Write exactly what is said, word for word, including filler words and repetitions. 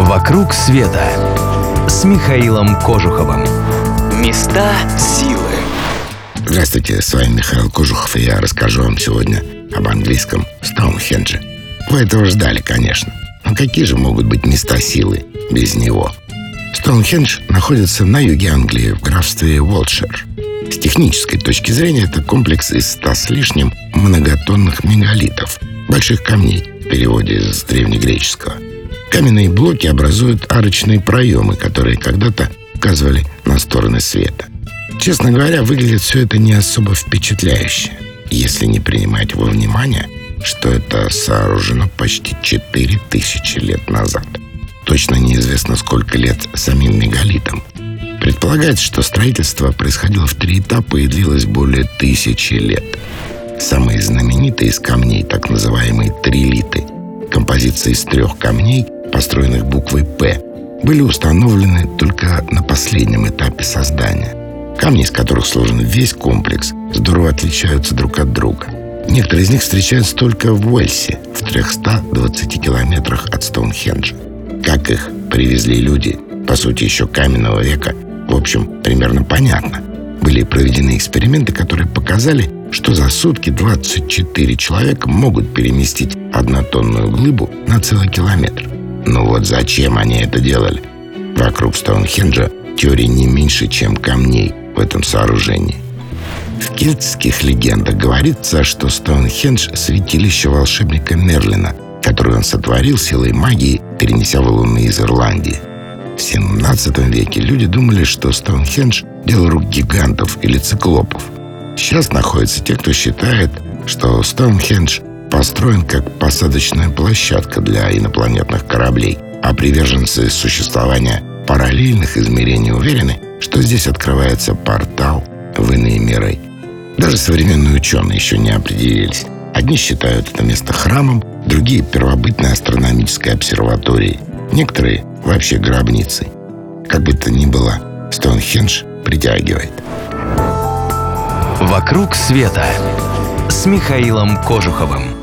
«Вокруг света» с Михаилом Кожуховым. Места силы. Здравствуйте, с вами Михаил Кожухов, и я расскажу вам сегодня об английском Стоунхендже. Вы этого ждали, конечно. Но какие же могут быть места силы без него? Стоунхендж находится на юге Англии, в графстве Уолтшир. С технической точки зрения это комплекс из ста с лишним многотонных мегалитов, больших камней, в переводе из древнегреческого. Каменные блоки образуют арочные проемы, которые когда-то указывали на стороны света. Честно говоря, выглядит все это не особо впечатляюще, если не принимать во внимание, что это сооружено почти четыре тысячи лет назад. Точно неизвестно, сколько лет самим мегалитам. Предполагается, что строительство происходило в три этапа и длилось более тысячи лет. Самые знаменитые из камней, так называемые трилиты, композиции из трех камней, построенных буквой «П», были установлены только на последнем этапе создания. Камни, из которых сложен весь комплекс, здорово отличаются друг от друга. Некоторые из них встречаются только в Уэльсе, в трехстах двадцати километрах от Стоунхенджа. Как их привезли люди, по сути, еще каменного века, в общем, примерно понятно. Были проведены эксперименты, которые показали, что за сутки двадцать четыре человека могут переместить однотонную глыбу на целый километр. Но вот зачем они это делали? Вокруг Стоунхенджа теорий не меньше, чем камней в этом сооружении. В кельтских легендах говорится, что Стоунхендж — святилище волшебника Мерлина, которое он сотворил силой магии, перенеся валуны из Ирландии. В семнадцатом веке люди думали, что Стоунхендж — дело рук гигантов или циклопов. Сейчас находятся те, кто считает, что Стоунхендж построен как посадочная площадка для инопланетных кораблей, а приверженцы существования параллельных измерений уверены, что здесь открывается портал в иные миры. Даже современные ученые еще не определились. Одни считают это место храмом, другие — первобытной астрономической обсерваторией, некоторые — вообще гробницей. Как бы то ни было, Стоунхендж притягивает. «Вокруг света» с Михаилом Кожуховым.